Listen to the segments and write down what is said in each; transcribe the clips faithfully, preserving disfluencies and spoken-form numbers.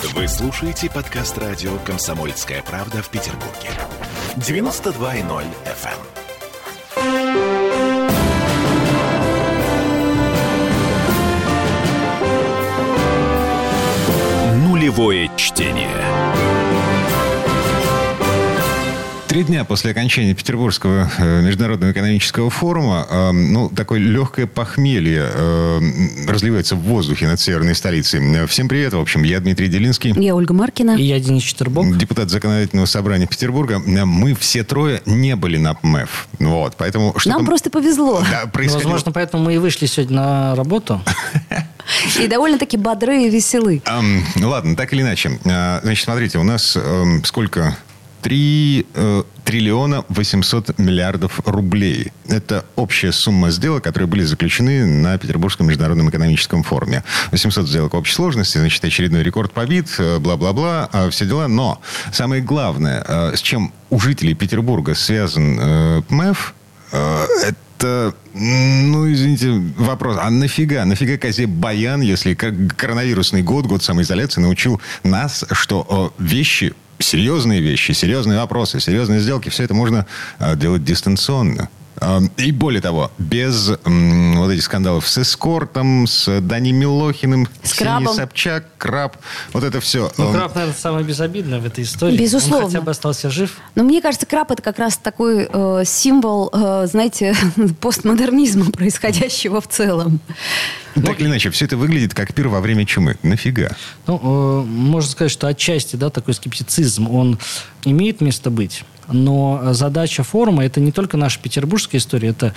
Вы слушаете подкаст радио «Комсомольская правда» в Петербурге. девяносто два и ноль эф эм. Нулевое чтение. Три дня после окончания Петербургского э, международного экономического форума э, ну, такое легкое похмелье э, разливается в воздухе над северной столицей. Всем привет, в общем, я Дмитрий Делинский. Я Ольга Маркина. И я Денис Четербок. Депутат Законодательного собрания Петербурга. Мы все трое не были на ПМЭФ. Вот, поэтому что-то... Нам просто повезло. Да, происходило... Возможно, поэтому мы и вышли сегодня на работу. И довольно-таки бодры и веселы. Ладно, так или иначе. Значит, смотрите, у нас сколько... три триллиона восемьсот миллиардов рублей. Это общая сумма сделок, которые были заключены на Петербургском международном экономическом форуме. восемьсот сделок в общей сложности, значит, очередной рекорд побит, бла-бла-бла, все дела. Но самое главное, с чем у жителей Петербурга связан ПМЭФ, это, ну, извините, вопрос. А нафига? Нафига козе баян, если коронавирусный год, год самоизоляции научил нас, что вещи... серьезные вещи, серьезные вопросы, серьезные сделки, все это можно э, делать дистанционно. Э, и более того, без э, вот этих скандалов с эскортом, с Даней Милохиным, с Ксенией Крабом. Собчак, Краб, вот это все. Ну, Краб, наверное, самое безобидное в этой истории. Безусловно. Он хотя бы остался жив. Но мне кажется, Краб — это как раз такой э, символ, э, знаете, постмодернизма, происходящего в целом. Так или иначе, все это выглядит как пир во время чумы. Нафига? Ну, э, можно сказать, что отчасти, да, такой скептицизм, он имеет место быть. Но задача форума – это не только наша петербургская история, это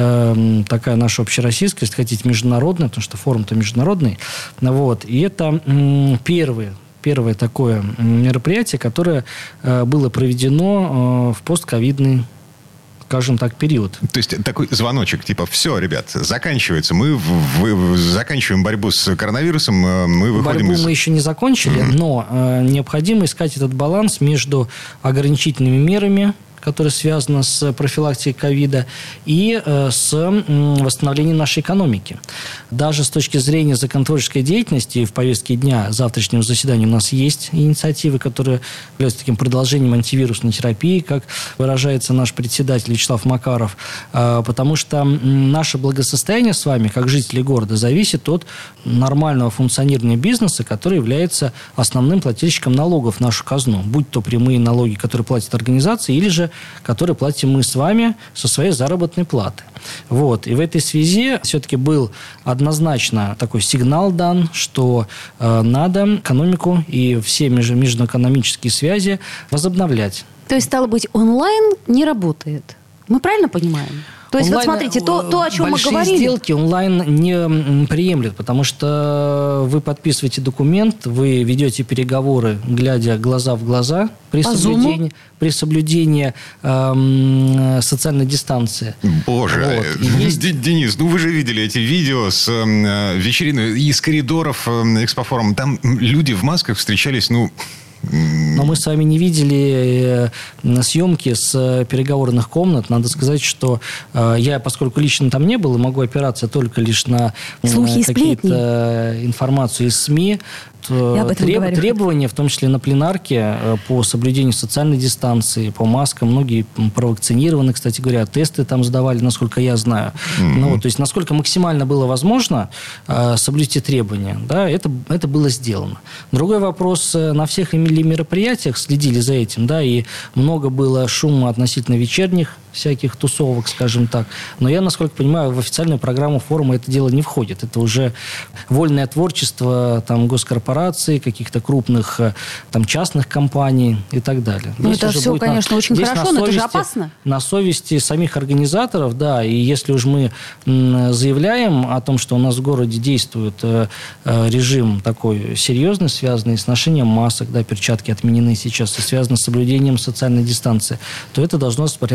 э, такая наша общероссийская, если хотите, международная, потому что форум-то международный. Вот. И это э, первое, первое такое мероприятие, которое э, было проведено э, в постковидный, скажем так, период. То есть такой звоночек, типа, все, ребят, заканчивается. Мы в, в, заканчиваем борьбу с коронавирусом, мы выходим Борьбу из... мы еще не закончили, mm-hmm. но э, необходимо искать этот баланс между ограничительными мерами, которые связаны с профилактикой ковида, и э, с э, восстановлением нашей экономики. Даже с точки зрения законотворческой деятельности в повестке дня завтрашнего заседания у нас есть инициативы, которые являются таким продолжением антивирусной терапии, как выражается наш председатель Вячеслав Макаров, э, потому что наше благосостояние с вами, как жителей города, зависит от нормального функционирования бизнеса, который является основным плательщиком налогов в нашу казну, будь то прямые налоги, которые платят организации, или же которые платим мы с вами со своей заработной платы. Вот. И в этой связи все-таки был однозначно такой сигнал дан, что э, надо экономику и все меж- межэкономические связи возобновлять. То есть, стало быть, онлайн не работает. Мы правильно понимаем? То есть, онлайн, вот смотрите, то, то, о чем мы говорили... Большие сделки онлайн не приемлет, потому что вы подписываете документ, вы ведете переговоры, глядя глаза в глаза, при По соблюдении, при соблюдении эм, социальной дистанции. Боже, Вот. Есть... Денис, ну вы же видели эти видео с э, вечерины из коридоров э, экспофорума. Там люди в масках встречались, ну... Но мы с вами не видели э, съемки с переговорных комнат. Надо сказать, что э, я, поскольку лично там не был, могу опираться только лишь на э, какие-то информацию из СМИ. Треб, требования, в том числе на пленарке, по соблюдению социальной дистанции, по маскам. Многие провакцинированы, кстати говоря, тесты там сдавали, насколько я знаю. Mm-hmm. Ну, то есть, насколько максимально было возможно э, соблюсти требования, да, это, это было сделано. Другой вопрос, на всех мероприятиях следили за этим, да, и много было шума относительно вечерних всяких тусовок, скажем так. Но я, насколько понимаю, в официальную программу форума это дело не входит. Это уже вольное творчество там, госкорпораций, каких-то крупных там, частных компаний и так далее. Ну, это все, конечно, на, очень хорошо, но совести, это же опасно. На совести самих организаторов, да, и если уж мы заявляем о том, что у нас в городе действует э, режим такой серьезный, связанный с ношением масок, да, перчатки отменены сейчас, и связанный с соблюдением социальной дистанции, то это должно распространяться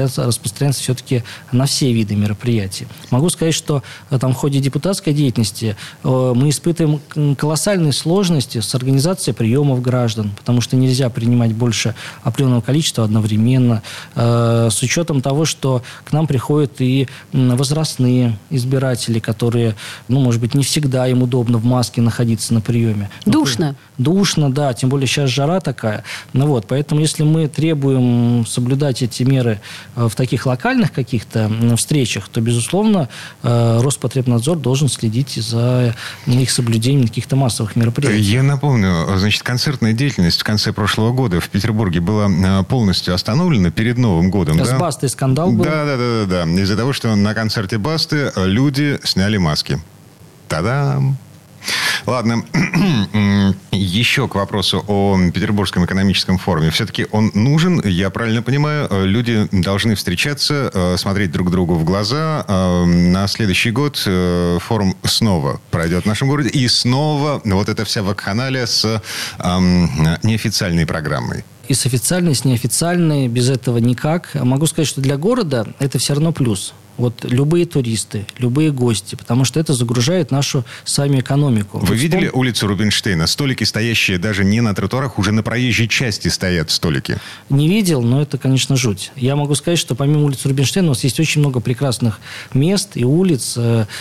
распространяться все-таки на все виды мероприятий. Могу сказать, что там, в ходе депутатской деятельности мы испытываем колоссальные сложности с организацией приемов граждан, потому что нельзя принимать больше определенного количества одновременно, с учетом того, что к нам приходят и возрастные избиратели, которые, ну, может быть, не всегда им удобно в маске находиться на приеме. Душно. Душно, да, тем более сейчас жара такая. Ну вот, поэтому если мы требуем соблюдать эти меры в таких локальных каких-то встречах, то, безусловно, Роспотребнадзор должен следить за их соблюдением каких-то массовых мероприятий. Я напомню, значит, концертная деятельность в конце прошлого года в Петербурге была полностью остановлена перед Новым годом. С да? Бастой скандал был. Да, да, да, да, да. Из-за того, что на концерте Басты люди сняли маски. Та-дам! Ладно, еще к вопросу о Петербургском экономическом форуме. Все-таки он нужен, я правильно понимаю, люди должны встречаться, смотреть друг другу в глаза. На следующий год форум снова пройдет в нашем городе. И снова вот эта вся вакханалия с неофициальной программой. И с официальной, и с неофициальной, без этого никак. Могу сказать, что для города это все равно плюс. Вот любые туристы, любые гости, потому что это загружает нашу с вами экономику. Вы вот видели вспом... улицу Рубинштейна? Столики, стоящие даже не на тротуарах, уже на проезжей части стоят столики. Не видел, но это, конечно, жуть. Я могу сказать, что помимо улицы Рубинштейна у нас есть очень много прекрасных мест и улиц,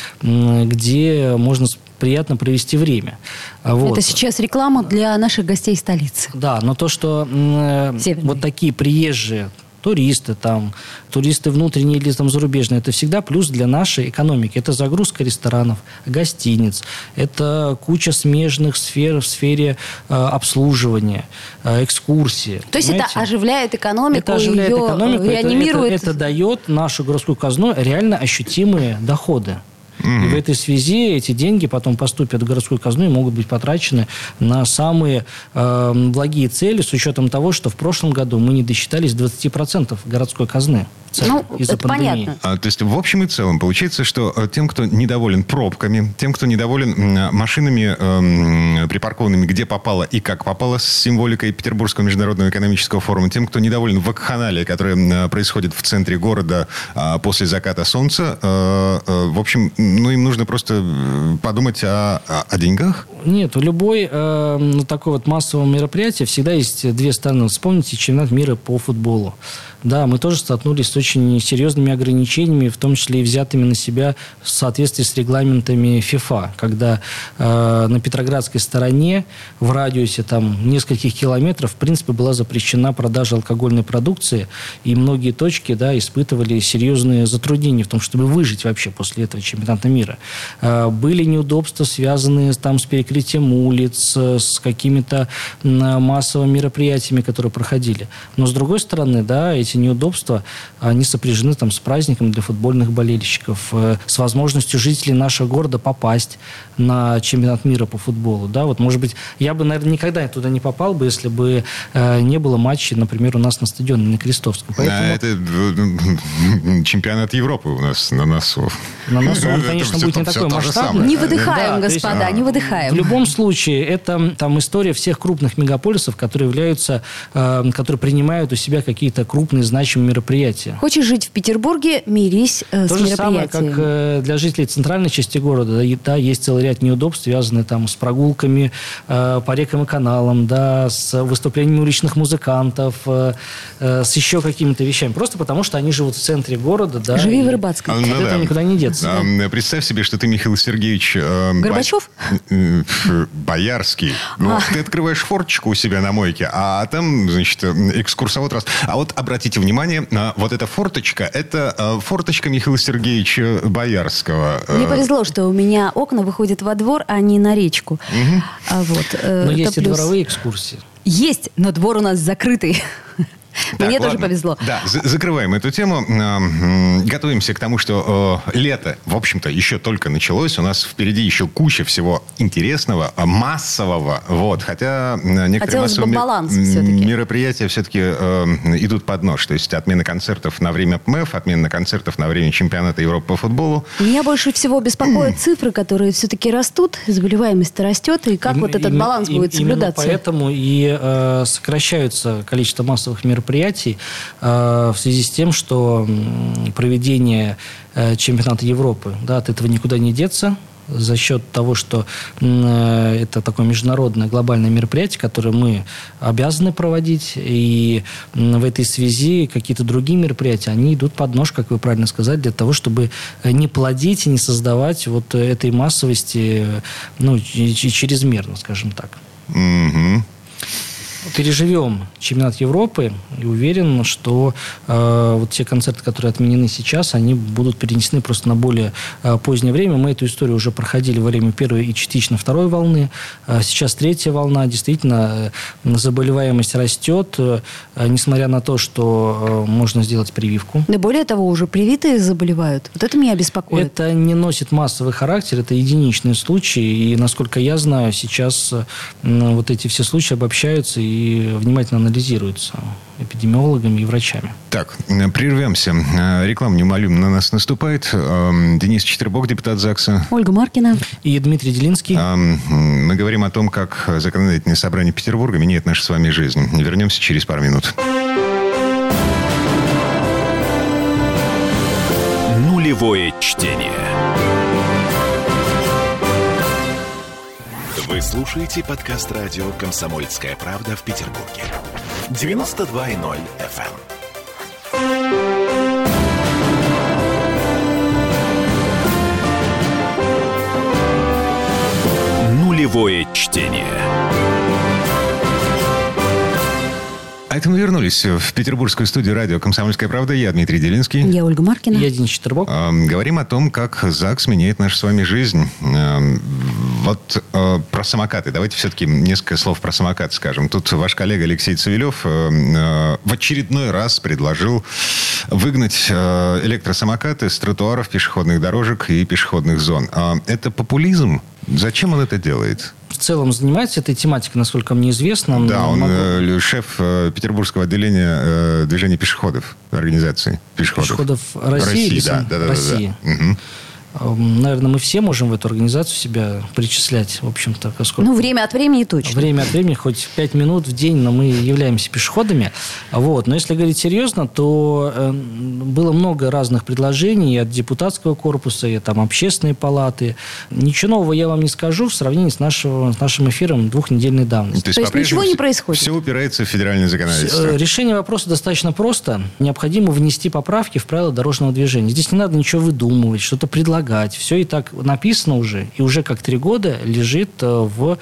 где можно приятно провести время. Вот. Это сейчас реклама для наших гостей столицы. Да, но то, что э, вот такие приезжие туристы, там, туристы внутренние или там, зарубежные, это всегда плюс для нашей экономики. Это загрузка ресторанов, гостиниц, это куча смежных сфер в сфере э, обслуживания, э, экскурсии. То есть понимаете? Это оживляет экономику, это оживляет ее экономику, реанимирует. Это, это, это дает нашу городскую казну реально ощутимые доходы. Mm-hmm. И в этой связи эти деньги потом поступят в городскую казну и могут быть потрачены на самые э, благие цели, с учетом того, что в прошлом году мы не досчитались двадцать процентов городской казны. Ну, из-за это пандемии. понятно. А, то есть, в общем и целом, получается, что тем, кто недоволен пробками, тем, кто недоволен машинами, э, припаркованными где попало и как попало, с символикой Петербургского международного экономического форума, тем, кто недоволен вакханалией, которая происходит в центре города э, после заката солнца, э, э, в общем, ну, им нужно просто подумать о, о, о деньгах? Нет, у любой э, такой вот массового мероприятия всегда есть две стороны. Вспомните чемпионат мира по футболу. Да, мы тоже столкнулись с очень серьезными ограничениями, в том числе и взятыми на себя в соответствии с регламентами ФИФА, когда э, на Петроградской стороне в радиусе там, нескольких километров в принципе была запрещена продажа алкогольной продукции, и многие точки, да, испытывали серьезные затруднения в том, чтобы выжить вообще после этого чемпионата мира. Э, были неудобства, связанные там, с перекрытием улиц, с какими-то массовыми мероприятиями, которые проходили. Но с другой стороны, да, эти неудобства, они сопряжены там, с праздником для футбольных болельщиков, с возможностью жителей нашего города попасть на чемпионат мира по футболу. Да? Вот, может быть, я бы, наверное, никогда туда не попал бы, если бы э, не было матчей, например, у нас на стадионе на Крестовском. Поэтому... Да, это чемпионат Европы у нас на носу. На носу он, конечно, будет не такой масштабный. Не выдыхаем, да, господа, есть, не выдыхаем. В любом случае, это там история всех крупных мегаполисов, которые являются, э, которые принимают у себя какие-то крупные значимые мероприятия. Хочешь жить в Петербурге, мирись э, с То же самое, мероприятиями. как э, для жителей центральной части города. Да, да, есть целый ряд неудобств, связанные там, с прогулками э, по рекам и каналам, да, с выступлениями уличных музыкантов, э, э, с еще какими-то вещами. Просто потому, что они живут в центре города. Да, Живи и в Рыбацком. Ну, от да. этого никуда не деться. А, представь себе, что ты, Михаил Сергеевич... Э, Горбачев? Бо... Боярский. Ну, а. Ты открываешь форточку у себя на мойке, а там, значит, экскурсовод раз. А вот обратите внимание, вот эта форточка, это форточка Михаила Сергеевича Боярского. Мне повезло, что у меня окна выходят во двор, а не на речку. Угу. А вот, э, но есть плюс... и дворовые экскурсии. Есть, но двор у нас закрытый. Так, Мне ладно. тоже повезло. Да, за- закрываем эту тему. Готовимся к тому, что э, лето, в общем-то, еще только началось. У нас впереди еще куча всего интересного, массового. Вот. Хотя некоторые Хотелось бы массовые баланс м- все-таки. мероприятия все-таки э, идут под нож. То есть отмена концертов на время ПМЭФ, отмена концертов на время чемпионата Европы по футболу. Меня больше всего беспокоят цифры, которые все-таки растут, заболеваемость растет, и как Им- вот этот им- баланс им- будет соблюдаться. Именно поэтому и э, сокращаются количество массовых мероприятий, мероприятий в связи с тем, что проведение чемпионата Европы, да, от этого никуда не деться. За счет того, что это такое международное глобальное мероприятие, которое мы обязаны проводить, и в этой связи какие-то другие мероприятия, они идут под нож, как вы правильно сказали, для того, чтобы не плодить и не создавать вот этой массовости, ну, чрезмерно, скажем так. Mm-hmm. Переживем чемпионат Европы и уверен, что э, вот те концерты, которые отменены сейчас, они будут перенесены просто на более э, позднее время. Мы эту историю уже проходили во время первой и частично второй волны. Э, сейчас третья волна. Действительно, э, заболеваемость растет, э, несмотря на то, что э, можно сделать прививку. Да более того, уже привитые заболевают. Вот это меня беспокоит. Это не носит массовый характер, это единичные случаи. И, насколько я знаю, сейчас э, вот эти все случаи обобщаются и и внимательно анализируется эпидемиологами и врачами. Так, прервемся. Реклама неумолимо на нас наступает. Денис Четербок, депутат ЗАГСа. Ольга Маркина. И Дмитрий Делинский. Мы говорим о том, как законодательное собрание Петербурга меняет нашу с вами жизнь. Вернемся через пару минут. Нулевое чтение. Вы слушаете подкаст радио «Комсомольская правда» в Петербурге. девяносто два и ноль эф эм. Нулевое чтение. А это мы вернулись в петербургскую студию радио «Комсомольская правда». Я Дмитрий Делинский. Я Ольга Маркина. Я Денис Четербок. Э, говорим о том, как ЗАГС меняет нашу с вами жизнь. Э, вот э, про самокаты. Давайте все-таки несколько слов про самокаты скажем. Тут ваш коллега Алексей Цивилев э, э, в очередной раз предложил выгнать э, электросамокаты с тротуаров, пешеходных дорожек и пешеходных зон. Э, это популизм? Зачем он это делает? В целом занимается этой тематикой, насколько мне известно. Да, он могу... э, шеф э, Петербургского отделения э, движения пешеходов, организации пешеходов. Пешеходов России, России, или да, да, да, России. Да, да. Угу. Наверное, мы все можем в эту организацию себя причислять, в общем-то. Поскольку... Ну, время от времени точно. Время от времени, хоть пять минут в день, но мы являемся пешеходами. Вот. Но если говорить серьезно, то э, было много разных предложений от депутатского корпуса, и там общественные палаты. Ничего нового я вам не скажу в сравнении с, нашего, с нашим эфиром двухнедельной давности. То есть, то есть ничего не происходит? Все упирается в федеральное законодательство. Решение вопроса достаточно просто. Необходимо внести поправки в правила дорожного движения. Здесь не надо ничего выдумывать, что-то предлагать. Все и так написано уже, и уже как три года лежит в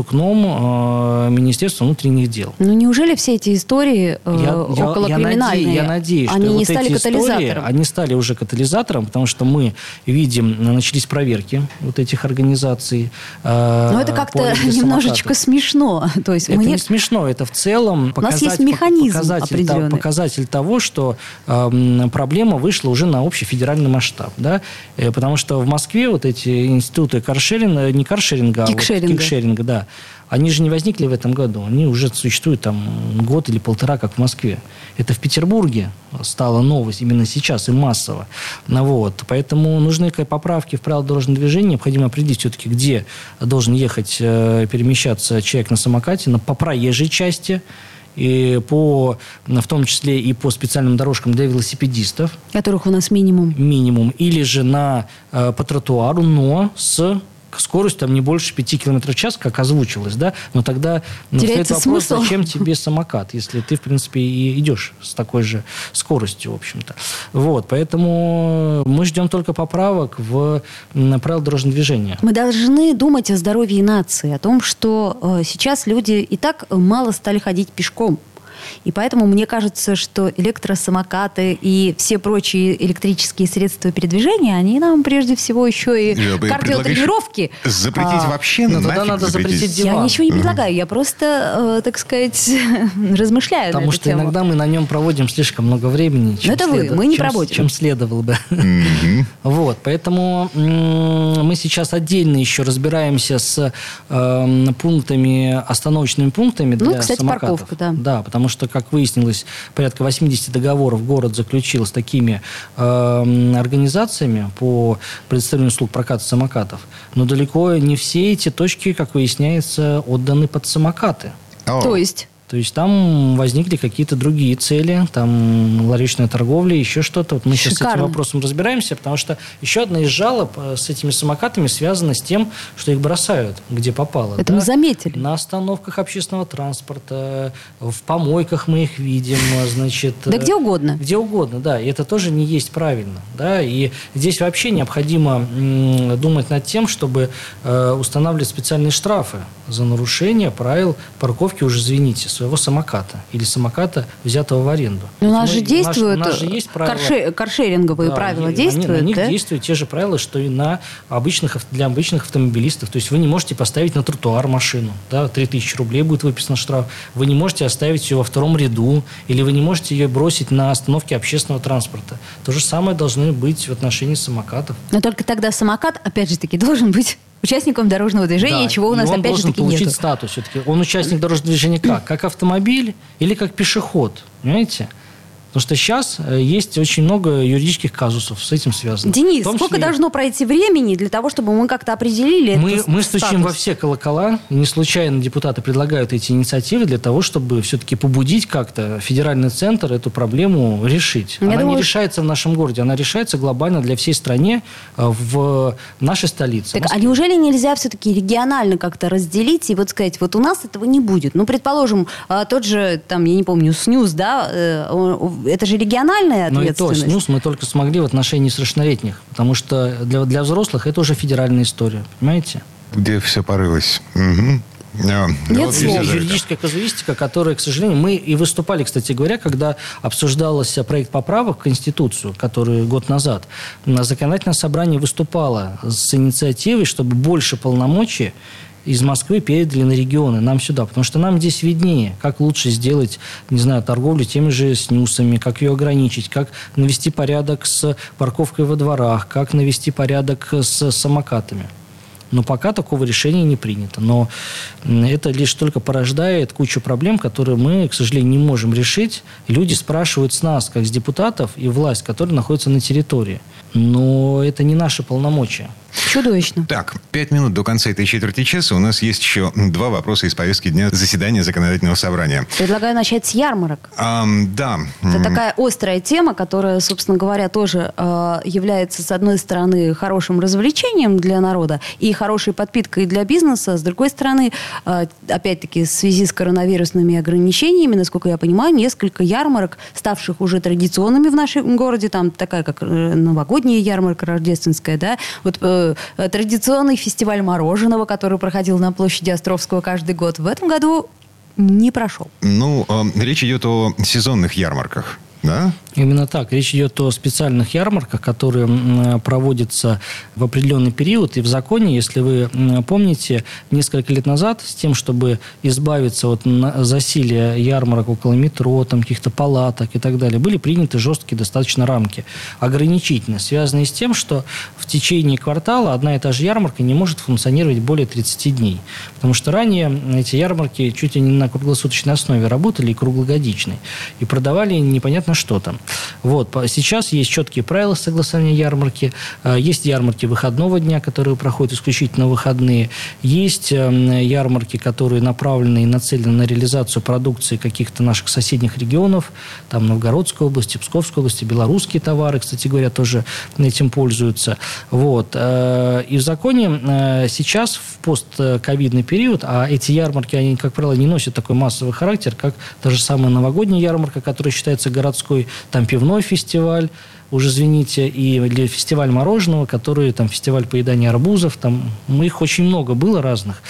подсукном Министерства внутренних дел. Ну, неужели все эти истории э, я, около я, криминальные, я надеюсь, они что не вот стали эти катализатором? Истории, они стали уже катализатором, потому что мы видим, начались проверки вот этих организаций. Э, Но это как-то немножечко смешно. То есть это мы не не... смешно, это в целом у нас есть механизм показатель, определенный. показатель того, что э, проблема вышла уже на общефедеральный масштаб. Да? Э, потому что в Москве вот эти институты каршеринга, не каршеринга, кикшеринга. а вот кикшеринга, да, они же не возникли в этом году. Они уже существуют там год или полтора, как в Москве. Это в Петербурге стала новость именно сейчас и массово. Ну, вот. Поэтому нужны поправки в правила дорожного движения. Необходимо определить все-таки, где должен ехать, перемещаться человек на самокате, по проезжей части, и по, в том числе и по специальным дорожкам для велосипедистов. Которых у нас минимум. Минимум. Или же на, по тротуару, но с скоростью там не больше пяти километров в час, как озвучилось, да? Но тогда теряется вопрос, смысл. Зачем тебе самокат, если ты, в принципе, и идешь с такой же скоростью, в общем-то. Вот, поэтому мы ждем только поправок в правила дорожного движения. Мы должны думать о здоровье нации, о том, что э, сейчас люди и так мало стали ходить пешком. И поэтому мне кажется, что электросамокаты и все прочие электрические средства передвижения, они нам прежде всего еще и Жо, кардиотренировки. Запретить а, вообще? Ну, тогда надо запретить диван. Я ничего не предлагаю, я просто, э, так сказать, размышляю Потому на эту что тему. иногда мы на нем проводим слишком много времени. Чем это вы, следо... мы не чем, проводим. Чем следовало бы. Mm-hmm. Вот, поэтому м- мы сейчас отдельно еще разбираемся с э, пунктами, остановочными пунктами для ну, кстати, самокатов. парковка, да. Да, потому что, как выяснилось, порядка восемьдесят договоров город заключил с такими э, организациями по предоставлению услуг проката самокатов. Но далеко не все эти точки, как выясняется, отданы под самокаты. О. То есть? То есть там возникли какие-то другие цели, там ларечная торговля, еще что-то. Вот мы Шикарно. сейчас с этим вопросом разбираемся, потому что еще одна из жалоб с этими самокатами связана с тем, что их бросают, где попало. Это да? мы заметили. На остановках общественного транспорта, в помойках мы их видим, значит... Да где угодно. Где угодно, да. И это тоже не есть правильно. Да? И здесь вообще необходимо м, думать над тем, чтобы э, устанавливать специальные штрафы за нарушение правил парковки, уже, извините, своего самоката или самоката, взятого в аренду. Но у нас Мы, же действуют у нас, у нас же есть правила, карше, каршеринговые да, правила и, действуют, они, на них да? действуют те же правила, что и на обычных, для обычных автомобилистов. То есть вы не можете поставить на тротуар машину, да, три тысячи рублей будет выписан штраф. Вы не можете оставить ее во втором ряду, или вы не можете ее бросить на остановке общественного транспорта. То же самое должно быть в отношении самокатов. Но только тогда самокат, опять же таки, должен быть участником дорожного движения, Да, чего у и нас, он опять же должен таки, получить нету. статус все-таки. Он участник дорожного движения как? Как автомобиль или как пешеход? Понимаете? Потому что сейчас есть очень много юридических казусов с этим связано. Денис, В том сколько числе- должно пройти времени для того, чтобы мы как-то определили Мы, этот мы стучим статус? во все колокола. И не случайно депутаты предлагают эти инициативы для того, чтобы все-таки побудить как-то федеральный центр эту проблему решить. Я она думаю, не решается в нашем городе, она решается глобально для всей страны в нашей столице. Так, а Москве. неужели нельзя все-таки регионально как-то разделить и вот сказать, вот у нас этого не будет? Ну, предположим, а, тот же, там, я не помню, снюс, да, э, он- это же региональная Но и то, ответственность. снюс мы только смогли в отношении несовершеннолетних, потому что для, для взрослых это уже федеральная история, понимаете? Где все порылось. Мгм. А, Нет вот слов. здесь же- Юридическая казуистика, которая, к сожалению, мы и выступали, кстати говоря, когда обсуждался проект поправок в Конституцию, который год назад, на законодательное собрание выступало с инициативой, чтобы больше полномочий из Москвы передали на регионы, нам сюда. Потому что нам здесь виднее, как лучше сделать, не знаю, торговлю теми же снюсами, как ее ограничить, как навести порядок с парковкой во дворах, как навести порядок с самокатами. Но пока такого решения не принято. Но это лишь только порождает кучу проблем, которые мы, к сожалению, не можем решить. Люди спрашивают с нас, как с депутатов, и власть, которая находится на территории. Но это не наши полномочия. Чудовищно. Так, пять минут до конца этой четверти часа. У нас есть еще два вопроса из повестки дня заседания законодательного собрания. Предлагаю начать с ярмарок. Ам, да. Это М, такая острая тема, которая, собственно говоря, тоже э, является, с одной стороны, хорошим развлечением для народа и хорошей подпиткой для бизнеса. С другой стороны, э, опять-таки, в связи с коронавирусными ограничениями, насколько я понимаю, несколько ярмарок, ставших уже традиционными в нашем городе, там такая, как э, новогодняя ярмарка рождественская, да, вот э, традиционный фестиваль мороженого, который проходил на площади Островского каждый год, в этом году не прошел. Ну, ам, речь идет о сезонных ярмарках, да? Именно так. Речь идет о специальных ярмарках, которые м, проводятся в определенный период. И в законе, если вы м, помните, несколько лет назад с тем, чтобы избавиться от на- засилия ярмарок около метро, там, каких-то палаток и так далее, были приняты жесткие достаточно рамки, ограничительные, связанные с тем, что в течение квартала одна и та же ярмарка не может функционировать более тридцати дней. Потому что ранее эти ярмарки чуть ли не на круглосуточной основе работали и круглогодичной. И продавали непонятно что там. Вот. Сейчас есть четкие правила согласования ярмарки. Есть ярмарки выходного дня, которые проходят исключительно в выходные. Есть ярмарки, которые направлены и нацелены на реализацию продукции каких-то наших соседних регионов. Там Новгородской области, Псковской области, белорусские товары, кстати говоря, тоже этим пользуются. Вот. И в законе сейчас, в постковидный период, а эти ярмарки, они, как правило, не носят такой массовый характер, как та же самая новогодняя ярмарка, которая считается городской, там пивной фестиваль, уже, извините, и или фестиваль мороженого, который, там, фестиваль поедания арбузов, там, их очень много было разных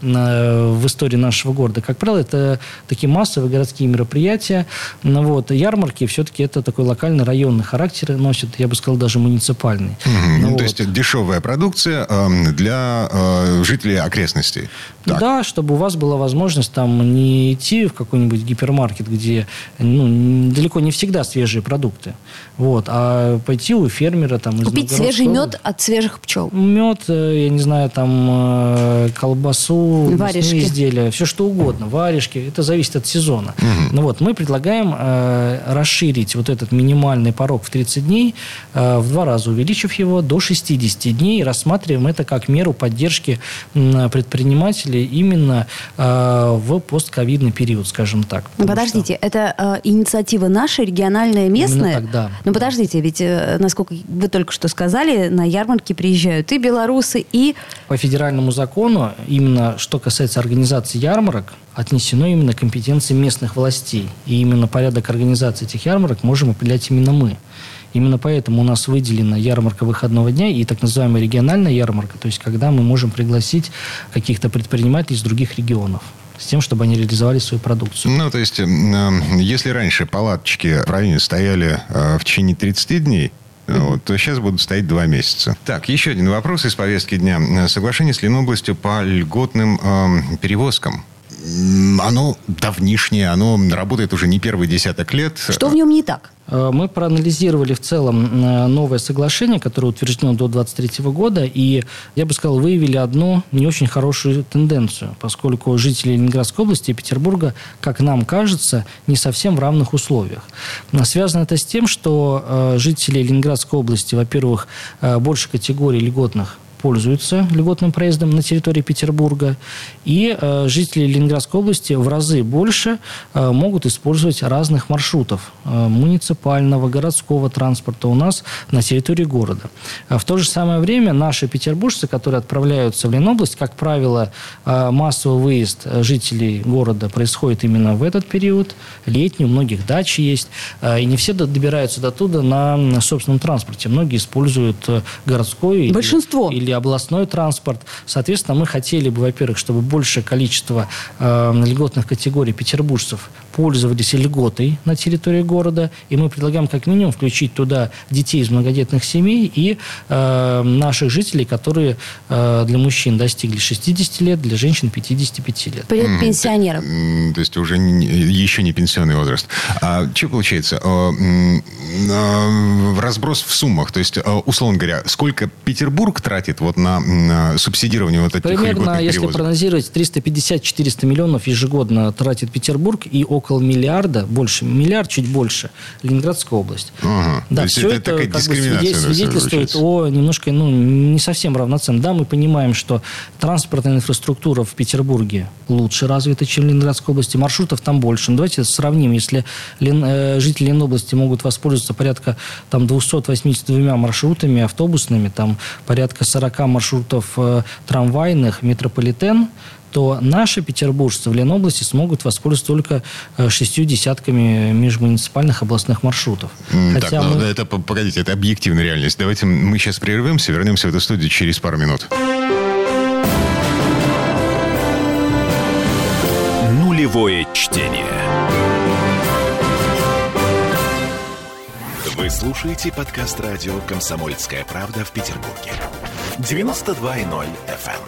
э, в истории нашего города. Как правило, это такие массовые городские мероприятия. Ну, вот. Ярмарки все-таки это такой локальный, районный характер носит, я бы сказал, даже муниципальный. Мгм. Ну, То вот. есть дешевая продукция ам, для э, жителей окрестностей. Так. Да, чтобы у вас была возможность там не идти в какой-нибудь гипермаркет, где ну, далеко не всегда свежие продукты, вот, а а пойти у фермера там из Купить свежий мед от свежих пчел. Мед, я не знаю, там колбасу, мясные изделия, все что угодно, варежки. Это зависит от сезона. Угу. Ну вот, мы предлагаем э, расширить вот этот минимальный порог в тридцать дней, э, в два раза увеличив его до шестидесяти дней. И рассматриваем это как меру поддержки э, предпринимателей именно э, в постковидный период, скажем так. Подождите, что... это э, инициатива наша, региональная, местная? Именно так, да. Ну, подождите, ведь, э, насколько вы только что сказали, на ярмарки приезжают и белорусы, и... По федеральному закону, именно что касается организации ярмарок, отнесено именно к компетенции местных властей. И именно порядок организации этих ярмарок можем определять именно мы. Именно поэтому у нас выделена ярмарка выходного дня и так называемая региональная ярмарка, то есть когда мы можем пригласить каких-то предпринимателей из других регионов с тем, чтобы они реализовали свою продукцию. Ну, то есть, если раньше палаточки в районе стояли в течение тридцати дней, вот, то сейчас будут стоять два месяца. Так, еще один вопрос из повестки дня. Соглашение с Ленобластью по льготным э, перевозкам. Оно давнишнее, оно работает уже не первый десяток лет. Что в нем не так? Мы проанализировали в целом новое соглашение, которое утверждено до двадцать третьего года, и, я бы сказал, выявили одну не очень хорошую тенденцию, поскольку жители Ленинградской области и Петербурга, как нам кажется, не совсем в равных условиях. Связано это с тем, что жители Ленинградской области, во-первых, больше категорий льготных пользуются льготным проездом на территории Петербурга, и э, жители Ленинградской области в разы больше э, могут использовать разных маршрутов э, муниципального, городского транспорта у нас на территории города. А в то же самое время наши петербуржцы, которые отправляются в Ленобласть, как правило, э, массовый выезд жителей города происходит именно в этот период, летний, у многих дачи есть, э, и не все добираются до туда на, на собственном транспорте. Многие используют городской Большинство. или областной транспорт. Соответственно, мы хотели бы, во-первых, чтобы большее количество э, льготных категорий петербуржцев пользовались льготой на территории города, и мы предлагаем как минимум включить туда детей из многодетных семей и э, наших жителей, которые э, для мужчин достигли шестидесяти лет, для женщин пятидесяти пяти лет. Пенсионеров. Mm, то есть уже не, еще не пенсионный возраст. А что получается? Разброс в суммах. То есть, условно говоря, сколько Петербург тратит вот на, на субсидирование вот этих примерно, льготных если перевозок? Проанализировать, триста пятьдесят - четыреста миллионов ежегодно тратит Петербург, и около миллиарда, больше, миллиард, чуть больше, Ленинградская область. Ага. Да, все это, это такая как бы дискриминация. свидетельствует о немножко, ну, не совсем равноценно. Да, мы понимаем, что транспортная инфраструктура в Петербурге лучше развита, чем в Ленинградской области. Маршрутов там больше. Но давайте сравним. Если Лен, э, жители Ленобласти могут воспользоваться порядка там, двумястами восьмидесятью двумя маршрутами автобусными, там порядка сорока маршрутов э, трамвайных, метрополитен, то наши петербуржцы в Ленобласти смогут воспользоваться только шестью десятками межмуниципальных областных маршрутов. Так, Хотя ну, мы... это, погодите, это объективная реальность. Давайте мы сейчас прервемся, вернемся в эту студию через пару минут. Нулевое чтение. Вы слушаете подкаст радио «Комсомольская правда» в Петербурге. девяносто два и ноль эф эм.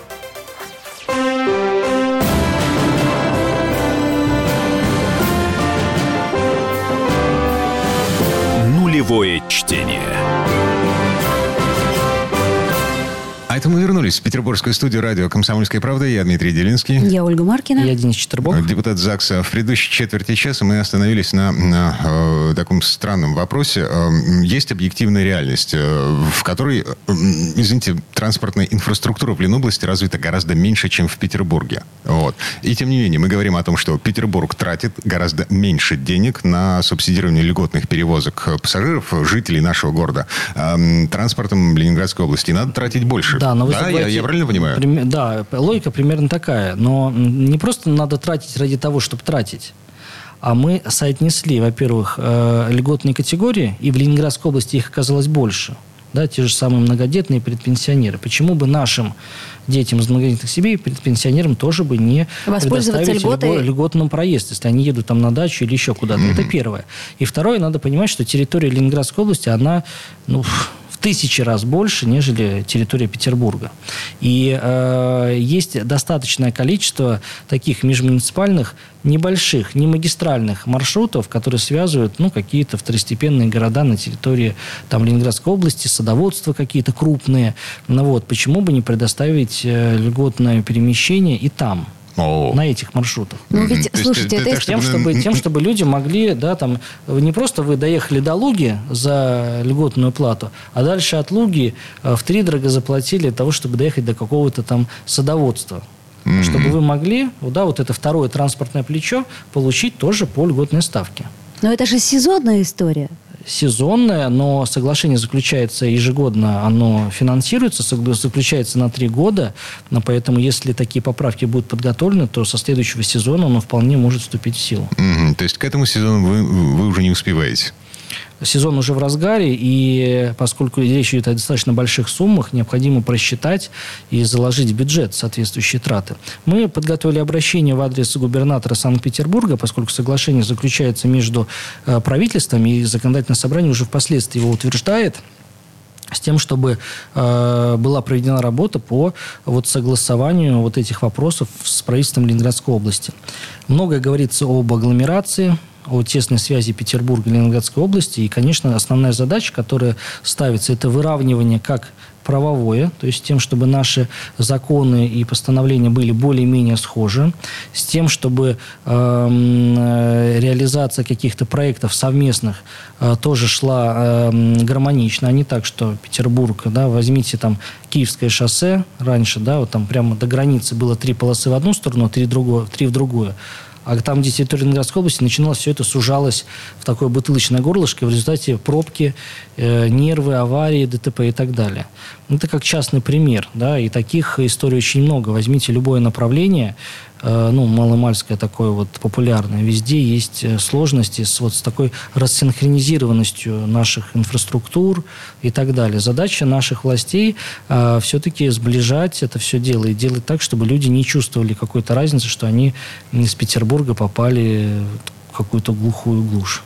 Нулевое чтение. А это мы вернулись в петербургскую студию радио «Комсомольская правда». Я Дмитрий Делинский. Я Ольга Маркина. Я Денис Четербок. Депутат ЗАГСа. В предыдущей четверти часа мы остановились на, на э, таком странном вопросе. Э, есть объективная реальность, э, в которой, э, извините, транспортная инфраструктура в Ленобласти развита гораздо меньше, чем в Петербурге. Вот. И тем не менее, мы говорим о том, что Петербург тратит гораздо меньше денег на субсидирование льготных перевозок пассажиров, жителей нашего города. Э, транспортом Ленинградской области надо тратить больше. Да, но вы да забываете, я, я правильно понимаю? Прим, да, логика примерно такая. Но не просто надо тратить ради того, чтобы тратить. А мы соотнесли, во-первых, э, льготные категории, и в Ленинградской области их оказалось больше. Да, те же самые многодетные предпенсионеры. Почему бы нашим детям из многодетных семей, предпенсионерам тоже бы не предоставить льготой... льготным проезд, если они едут там на дачу или еще куда-то. Mm-hmm. Это первое. И второе, надо понимать, что территория Ленинградской области, она, ну, в тысячи раз больше, нежели территория Петербурга. И э, есть достаточное количество таких межмуниципальных небольших, не магистральных маршрутов, которые связывают ну, какие-то второстепенные города на территории там, Ленинградской области, садоводства какие-то крупные. Ну, вот, почему бы не предоставить э, льготное перемещение и там? О. На этих маршрутах. Ну, ведь, mm-hmm. слушайте, это, это тем, чтобы, тем, чтобы люди могли, да, там, не просто вы доехали до Луги за льготную плату, а дальше от Луги втридорого заплатили для того, чтобы доехать до какого-то там садоводства. Mm-hmm. Чтобы вы могли, да, вот это второе транспортное плечо получить тоже по льготной ставке. Но это же сезонная история. Сезонное, но соглашение заключается ежегодно, оно финансируется, заключается на три года, но поэтому если такие поправки будут подготовлены, то со следующего сезона оно вполне может вступить в силу. Mm-hmm. То есть к этому сезону вы, вы уже не успеваете? Сезон уже в разгаре, и поскольку речь идет о достаточно больших суммах, необходимо просчитать и заложить в бюджет соответствующие траты. Мы подготовили обращение в адрес губернатора Санкт-Петербурга, поскольку соглашение заключается между правительствами, и законодательное собрание уже впоследствии его утверждает, с тем, чтобы э, была проведена работа по вот, согласованию вот этих вопросов с правительством Ленинградской области. Многое говорится об агломерации, о тесной связи Петербурга и Ленинградской области. И, конечно, основная задача, которая ставится, это выравнивание как правовое, то есть тем, чтобы наши законы и постановления были более-менее схожи, с тем, чтобы э, реализация каких-то проектов совместных э, тоже шла э, гармонично, а не так, что Петербург, да, возьмите там Киевское шоссе раньше, да, вот там прямо до границы было три полосы в одну сторону, три, другую, три в другую. А там, где территория Ленинградской области, начиналось все это, сужалось в такое бутылочное горлышко, и в результате пробки, э, нервы, аварии, ДТП и так далее. Это как частный пример, да, и таких историй очень много. Возьмите любое направление, э, ну, маломальское такое вот популярное, везде есть сложности с, вот, с такой рассинхронизированностью наших инфраструктур и так далее. Задача наших властей э, все-таки сближать это все дело и делать так, чтобы люди не чувствовали какой-то разницы, что они из Петербурга попали в какую-то глухую глушь.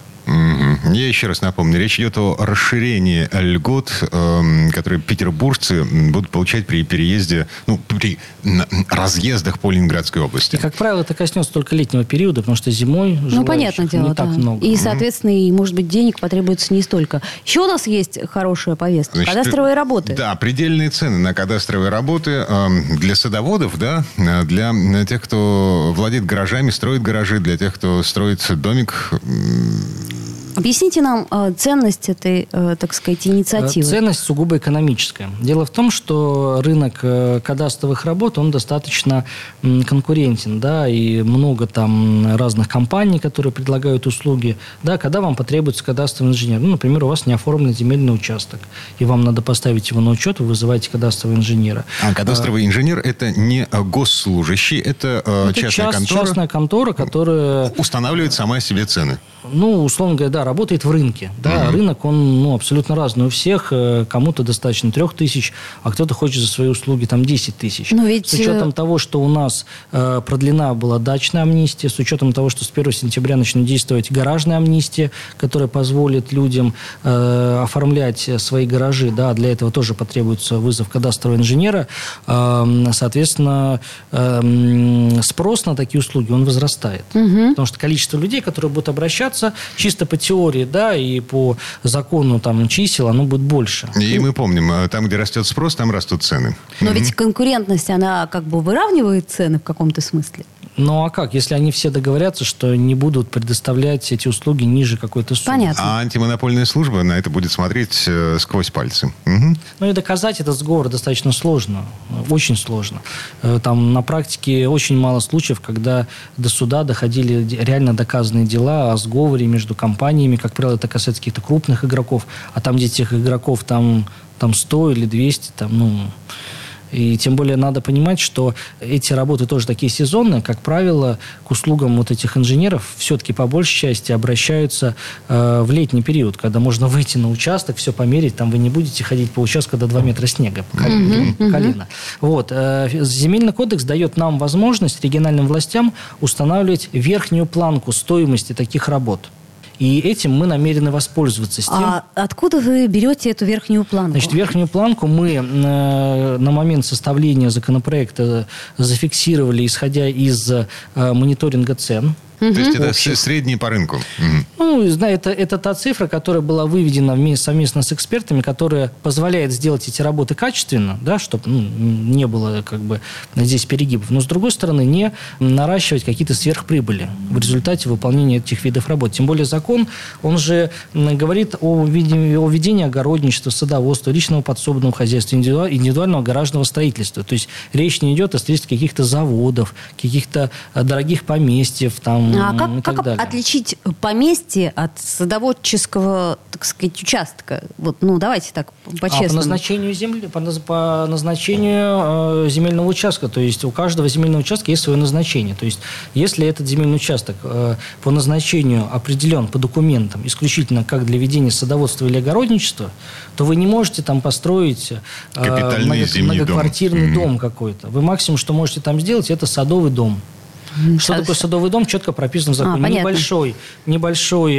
Я еще раз напомню, речь идет о расширении льгот, э, которые петербуржцы будут получать при переезде, ну, при разъездах по Ленинградской области. И, как правило, это коснется только летнего периода, потому что зимой ну, понятное дело, не да. так много. И, соответственно, и, может быть, денег потребуется не столько. Еще у нас есть хорошая повестка. Значит, кадастровые работы. Да, предельные цены на кадастровые работы э, для садоводов, да, для тех, кто владеет гаражами, строит гаражи, для тех, кто строит домик. Объясните нам э, ценность этой, э, так сказать, инициативы. Ценность сугубо экономическая. Дело в том, что рынок э, кадастровых работ, он достаточно м, конкурентен, да, и много там разных компаний, которые предлагают услуги, да, когда вам потребуется кадастровый инженер. Ну, например, у вас не оформлен земельный участок, и вам надо поставить его на учет, вы вызываете кадастрового инженера. А кадастровый а, инженер – это не госслужащий, это, э, это частная част, контора? частная контора, которая… Устанавливает сама себе цены. Ну, условно говоря, да, работает в рынке. Да, mm-hmm. Рынок, он ну, абсолютно разный у всех. Кому-то достаточно трех тысяч, а кто-то хочет за свои услуги там десять тысяч. Но ведь... С учетом того, что у нас э, продлена была дачная амнистия, с учетом того, что с первого сентября начнет действовать гаражная амнистия, которая позволит людям э, оформлять свои гаражи, да, для этого тоже потребуется вызов кадастрового инженера. Э, соответственно, э, спрос на такие услуги, он возрастает. Mm-hmm. Потому что количество людей, которые будут обращаться, чисто по теории, да, и по закону там чисел, оно будет больше. И мы помним, там, где растет спрос, там растут цены. Но ведь конкурентность, она как бы выравнивает цены в каком-то смысле. Ну, а как, если они все договорятся, что не будут предоставлять эти услуги ниже какой-то суммы? Понятно. А антимонопольная служба на это будет смотреть э, сквозь пальцы. Угу. Ну, и доказать этот сговор достаточно сложно. Очень сложно. Там на практике очень мало случаев, когда до суда доходили реально доказанные дела о сговоре между компаниями. Как правило, это касается каких-то крупных игроков. А там, где этих игроков там, там сто или двести, там, ну... И тем более надо понимать, что эти работы тоже такие сезонные. Как правило, к услугам вот этих инженеров все-таки по большей части обращаются э, в летний период, когда можно выйти на участок, все померить. Там вы не будете ходить по участку до два метра снега по колено. Mm-hmm. По колено. Вот. Э, Земельный кодекс дает нам возможность региональным властям устанавливать верхнюю планку стоимости таких работ. И этим мы намерены воспользоваться. С тем... А откуда вы берете эту верхнюю планку? Значит, верхнюю планку мы э, на момент составления законопроекта зафиксировали, исходя из э, мониторинга цен. То есть это общих. средние по рынку? Ну, знаю, это, это та цифра, которая была выведена вместе, совместно с экспертами, которая позволяет сделать эти работы качественно, да, чтобы ну, не было как бы здесь перегибов. Но, с другой стороны, не наращивать какие-то сверхприбыли в результате выполнения этих видов работ. Тем более закон, он же говорит о введении, о введении огородничества, садоводства, личного подсобного хозяйства, индивидуального гаражного строительства. То есть речь не идет о строительстве каких-то заводов, каких-то дорогих поместьев, там, А как, и так как далее. отличить поместье от садоводческого, так сказать, участка? Вот, ну, давайте так, по-честному. А по назначению земли, по, по назначению э, земельного участка. То есть у каждого земельного участка есть свое назначение. То есть если этот земельный участок э, по назначению определен по документам исключительно как для ведения садоводства или огородничества, то вы не можете там построить э, много, многоквартирный дом, дом какой-то. Вы максимум, что можете там сделать, это садовый дом. Что а такое садовый дом, четко прописано в законе. А, небольшой небольшой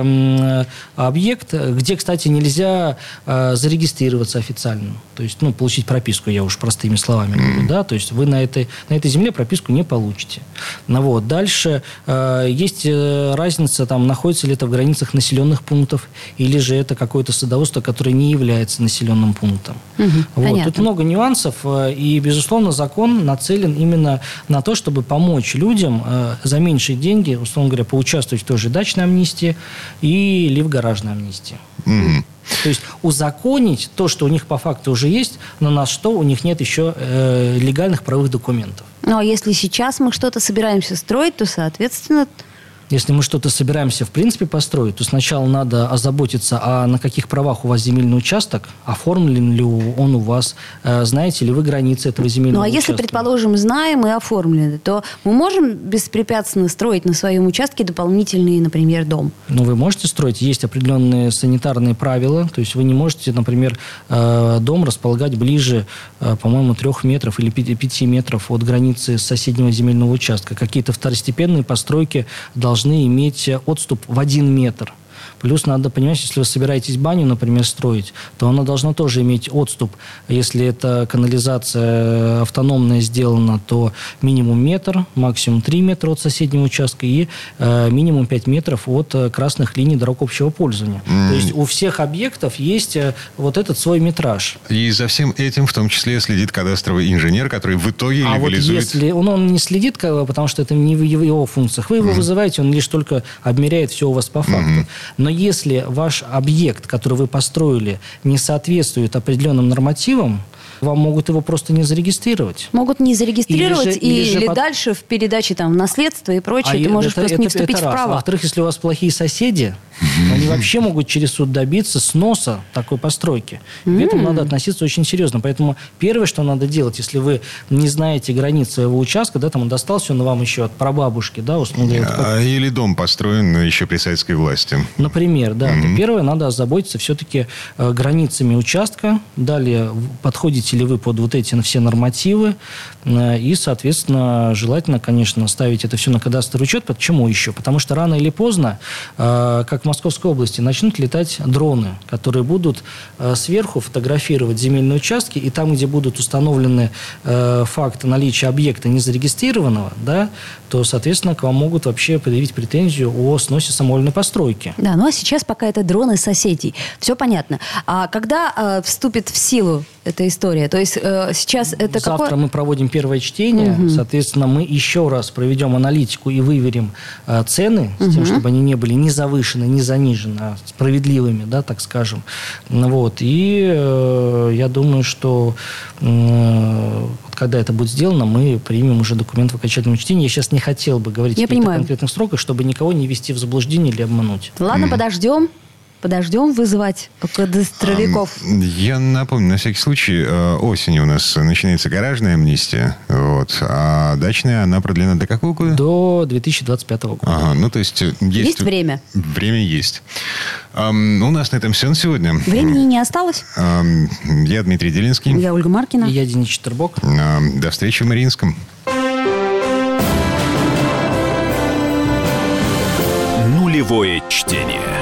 э, объект, где, кстати, нельзя э, зарегистрироваться официально. То есть, ну, получить прописку, я уж простыми словами говорю, да. То есть вы на этой, на этой земле прописку не получите. Ну, вот. Дальше э, есть разница, там, находится ли это в границах населенных пунктов, или же это какое-то садоводство, которое не является населенным пунктом. Угу, вот. Тут много нюансов, и, безусловно, закон нацелен именно на то, чтобы помочь людям э, за меньшие деньги, условно говоря, поучаствовать в той же дачной амнистии или в гаражной амнистии. Mm-hmm. То есть узаконить то, что у них по факту уже есть, но на что у них нет еще э, легальных правовых документов. Ну, а если сейчас мы что-то собираемся строить, то, соответственно... Если мы что-то собираемся, в принципе, построить, то сначала надо озаботиться, а на каких правах у вас земельный участок, оформлен ли он у вас, знаете ли вы границы этого земельного участка. Ну, а если, предположим, знаем и оформлены, то мы можем беспрепятственно строить на своем участке дополнительный, например, дом? Ну, вы можете строить. Есть определенные санитарные правила. То есть вы не можете, например, дом располагать ближе, по-моему, трех метров или пяти метров от границы соседнего земельного участка. Какие-то второстепенные постройки должны должны иметь отступ в один метр. Плюс надо понимать, если вы собираетесь баню, например, строить, то она должна тоже иметь отступ. Если это канализация автономная сделана, то минимум метр, максимум три метра от соседнего участка и э, минимум пять метров от э, красных линий дорог общего пользования. Mm. То есть у всех объектов есть э, вот этот свой метраж. И за всем этим в том числе следит кадастровый инженер, который в итоге а легализует... вот если он, он не следит, потому что это не в его функциях, вы его mm. вызываете, он лишь только обмеряет все у вас по факту. Mm. Но если ваш объект, который вы построили, не соответствует определенным нормативам, вам могут его просто не зарегистрировать. Могут не зарегистрировать или, же, или, или, или под... дальше в передаче там, наследства и прочее, а ты можешь это, просто это, не вступить это в права. А во-вторых, если у вас плохие соседи, они вообще могут через суд добиться сноса такой постройки. К этому надо относиться очень серьезно. Поэтому первое, что надо делать, если вы не знаете границ своего участка, да, там он достался он вам еще от прабабушки, да, условно говоря. Или дом построен еще при советской власти. Например, да. Mm-hmm. То первое, надо озаботиться все-таки э, границами участка. Далее, подходите ли вы под вот эти на все нормативы. Э, и, соответственно, желательно, конечно, ставить это все на кадастровый учет. Почему еще? Потому что рано или поздно, э, как в Московской области, начнут летать дроны, которые будут э, сверху фотографировать земельные участки. И там, где будут установлены э, факты наличия объекта незарегистрированного, да, то, соответственно, к вам могут вообще предъявить претензию о сносе самовольной постройки. Да, ну а сейчас пока это дроны соседей. Все понятно. А когда э, вступит в силу эта история? То есть э, сейчас это Завтра какое... мы проводим первое чтение. Угу. Соответственно, мы еще раз проведем аналитику и выверим э, цены, с угу. тем, чтобы они не были ни завышены, ни занижены, а справедливыми, да, так скажем. Вот. И э, я думаю, что э, когда это будет сделано, мы примем уже документ в окончательном чтении. Я сейчас не хотел бы говорить я о каких-то понимаю. конкретных сроках, чтобы никого не ввести в заблуждение или обмануть. Ладно, mm. подождем. Подождем вызывать кадастровиков. Я напомню, на всякий случай, осенью у нас начинается гаражная амнистия, вот, а дачная, она продлена до какого года? До две тысячи двадцать пятого года. Ага, ну, то есть... Есть, есть время? Время есть. Um, у нас на этом все на сегодня. Времени не осталось. Um, я Дмитрий Делинский. Я Ольга Маркина. И я Денис Четербок. Um, до встречи в Мариинском. Полевое чтение.